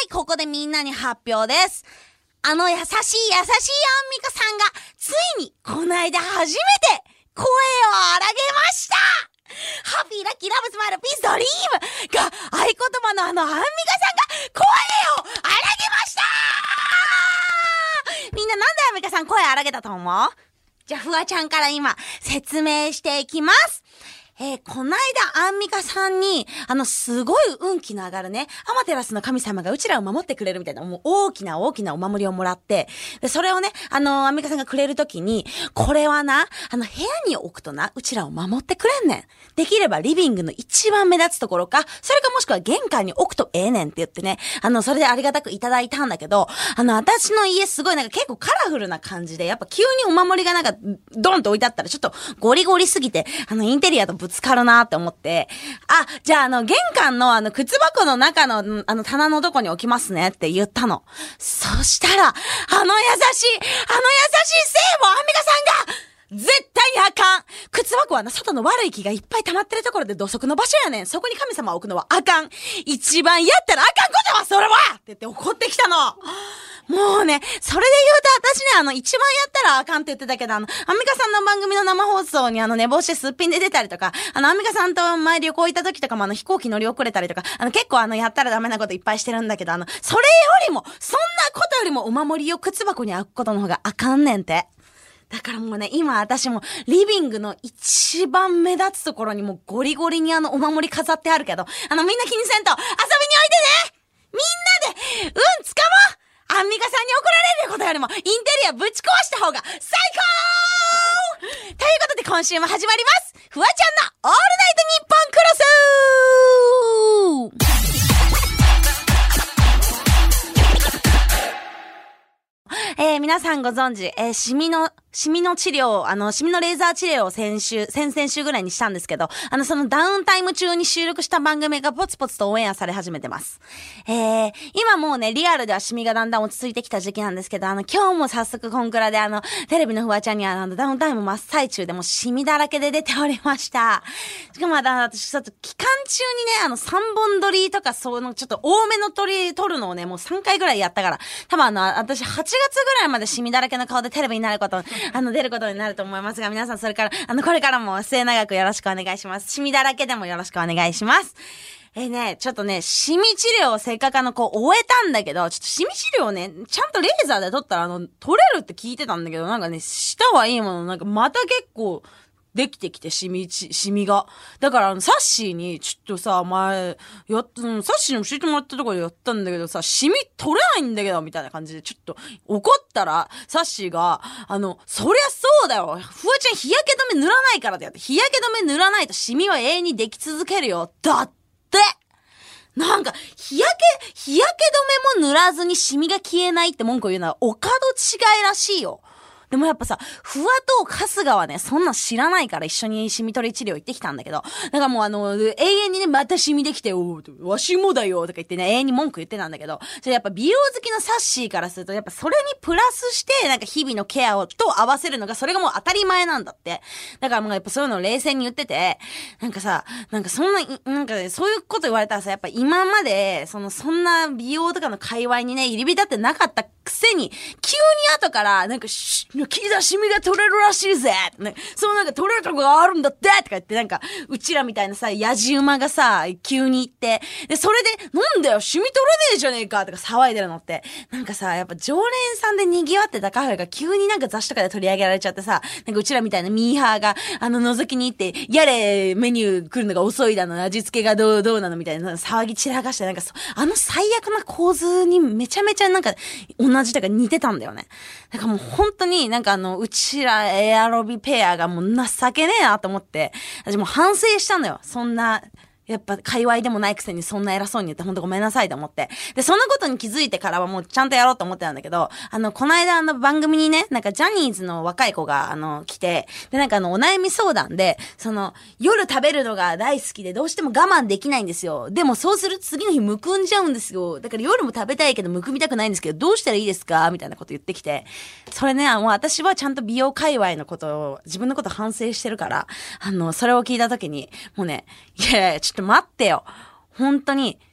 い、ここでみんなに発表です。優しいアンミカさんが、ついに、この間初めて、声を荒げました。ハッピーラッキーラブスマイルピースドリームが合言葉のアンミカさんが声を荒げました。みんななんでアンミカさん声荒げたと思う？じゃあフワちゃんから今説明していきます。こないだアンミカさんに、すごい運気の上がるね、アマテラスの神様がうちらを守ってくれるみたいな、もう大きなお守りをもらって、で、それをね、アンミカさんがくれるときに、これはな、部屋に置くとな、うちらを守ってくれんねん。できればリビングの一番目立つところか、それかもしくは玄関に置くとええねんって言ってね、それでありがたくいただいたんだけど、私の家すごいなんか結構カラフルな感じで、やっぱ急にお守りがなんか、ドンと置いてあったらちょっとゴリゴリすぎて、インテリアとぶつかるなって思って、じゃあ玄関の靴箱の中の棚のとこに置きますねって言ったの。そしたら、優しい聖母アンミカさんが、絶対にあかん。靴箱は外の悪い気がいっぱい溜まってるところで土足の場所やねん。そこに神様を置くのはあかん。一番やったらあかんことはそれはって言って怒ってきたの。もうね、それで言うと私ね、一番やったらあかんって言ってたけど、アンミカさんの番組の生放送に寝坊してすっぴんで出たりとか、アンミカさんと前旅行行った時とかも飛行機乗り遅れたりとか、結構やったらダメなこといっぱいしてるんだけど、それよりも、そんなことよりもお守りを靴箱に開くことの方があかんねんて。だからもうね、今私もリビングの一番目立つところにもうゴリゴリにお守り飾ってあるけど、みんな気にせんと遊びにおいでね。みんなで、つかもアンミカさんに怒られることよりもインテリアぶち壊した方が最高ということで今週も始まります。フワちゃんのオールナイトニッポンクロス。皆さんご存知、シミの治療、シミのレーザー治療を先々週ぐらいにしたんですけど、そのダウンタイム中に収録した番組がポツポツとオンエアされ始めてます。今もうね、リアルではシミがだんだん落ち着いてきた時期なんですけど、今日も早速コンクラでテレビのフワちゃんにはダウンタイム真っ最中でもシミだらけで出ておりました。しかも私ちょっと期間中にね、3本撮りとかちょっと多めの撮るのをね、もう3回ぐらいやったから、多分私8月ぐらいまでシミだらけの顔でテレビになること、出ることになると思いますが、皆さんそれから、これからも末永くよろしくお願いします。シミだらけでもよろしくお願いします。ちょっとね、シミ治療をせっかく終えたんだけど、ちょっとシミ治療をね、ちゃんとレーザーで撮ったら取れるって聞いてたんだけど、なんかね、したはいいもの、なんかまた結構、できてきて、シミが。だから、サッシーに、ちょっとさ、前、サッシーに教えてもらったところでやったんだけどさ、シミ取れないんだけど、みたいな感じで、ちょっと、怒ったら、サッシーが、そりゃそうだよ。フワちゃん日焼け止め塗らないからだよって。日焼け止め塗らないとシミは永遠にでき続けるよ。だってなんか、日焼け止めも塗らずにシミが消えないって文句を言うのは、お門違いらしいよ。でもやっぱさ、フワと春日はね、そんな知らないから一緒にシミ取り治療行ってきたんだけど、だからもう永遠にね、またシミできてよ、わしもだよ、とか言ってね、永遠に文句言ってたんだけど、やっぱ美容好きのサッシーからすると、やっぱそれにプラスして、なんか日々のケアと合わせるのが、それがもう当たり前なんだって。だからもうやっぱそういうのを冷静に言ってて、なんかさ、なんかそんな、なんかね、そういうこと言われたらさ、やっぱ今まで、そんな美容とかの界隈にね、入り浸ってなかったくせに、急に後から、なんか、聞いたシミが取れるらしいぜ、ね、なんか取れるとこがあるんだってとか言って、なんか、うちらみたいなさ、やじ馬がさ、急に言って、で、それで、なんだよ、シミ取れねえじゃねえかとか騒いでるのって、なんかさ、やっぱ常連さんで賑わってたカフェが急になんか雑誌とかで取り上げられちゃってさ、なんかうちらみたいなミーハーが、覗きに行って、やれ、メニュー来るのが遅いだの、味付けがどうなのみたいな騒ぎ散らかして、なんか最悪な構図にめちゃめちゃなんか、同じとか似てたんだよね。だからもう本当になんかうちらエアロビペアがもう情けねえなと思って、私もう反省したのよ。そんな、やっぱ界隈でもないくせにそんな偉そうに言ってほんとごめんなさいと思って。で、そのことに気づいてからはもうちゃんとやろうと思ってたんだけど、この間番組にね、なんかジャニーズの若い子が来て、で、なんかお悩み相談で、夜食べるのが大好きでどうしても我慢できないんですよ。でもそうすると次の日むくんじゃうんですよ。だから夜も食べたいけどむくみたくないんですけど、どうしたらいいですかみたいなこと言ってきて、それね、もう私はちゃんと美容界隈のことを、自分のこと反省してるから、それを聞いたときに、もうね、いや、ちょっと待ってよ。本当に、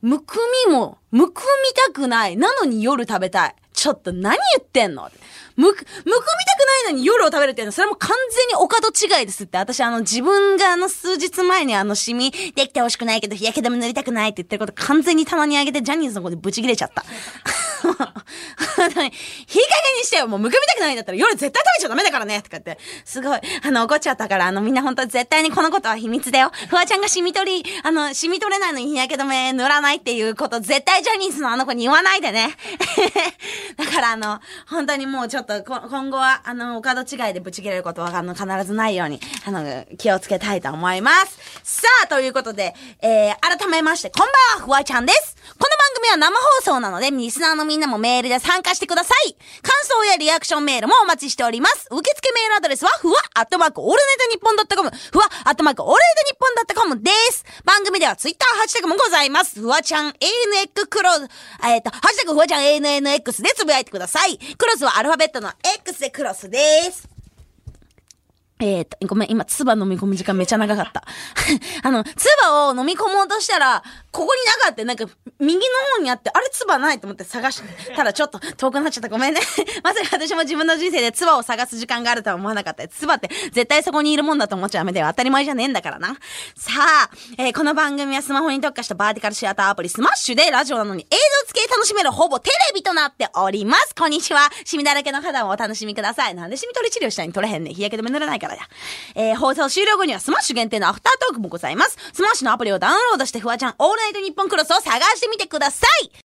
むくみたくない。なのに夜食べたい。ちょっと何言ってんの？むくみたくないのに夜を食べるっていうのは、それも完全にお門違いですって。私自分が数日前にシミできてほしくないけど日焼け止め塗りたくないって言ってること完全に棚に上げてジャニーズの子でブチ切れちゃった。本当に、いい加減にしてよ。もうむくみたくないんだったら夜絶対食べちゃダメだからねとかって、すごい、怒っちゃったから、みんな本当絶対にこのことは秘密だよ。フワちゃんがシミ取れないのに日焼け止め塗らないっていうこと絶対ジャニーズのあの子に言わないでね。だから本当にもうちょっと今後はお門違いでブチ切れることは必ずないように気をつけたいと思います。さあということで、改めましてこんばんは、フワちゃんです。この番組は生放送なのでリスナーのみんなもメールで参加してください。感想やリアクションメールもお待ちしております。受付メールアドレスはふわ@オールナイトニッポン.com、ふわ@オールナイトニッポン.com です。番組ではツイッターハッシュタグもございます。ふわちゃん ANX クロス、ハッシュタグふわちゃん ANNX でつぶやいてください。クロスはアルファベットの X でクロスです。ごめん、今、唾飲み込む時間めちゃ長かった。唾を飲み込もうとしたら、ここになかった。なんか、右の方にあって、あれ唾ないと思って探したらちょっと遠くなっちゃった。ごめんね。まさか私も自分の人生で唾を探す時間があるとは思わなかった。唾って絶対そこにいるもんだと思っちゃダメだよ。当たり前じゃねえんだからな。さあ、この番組はスマホに特化したバーティカルシアターアプリスマッシュでラジオなのに映像付きで楽しめるほぼテレビとなっております。こんにちは。シミだらけの肌をお楽しみください。なんでシミ取り治療したに取れへんねん。日焼け止め塗らないからや。放送終了後にはスマッシュ限定のアフタートークもございます。スマッシュのアプリをダウンロードしてフワちゃんオールナイトニッポンクロスを探してみてください。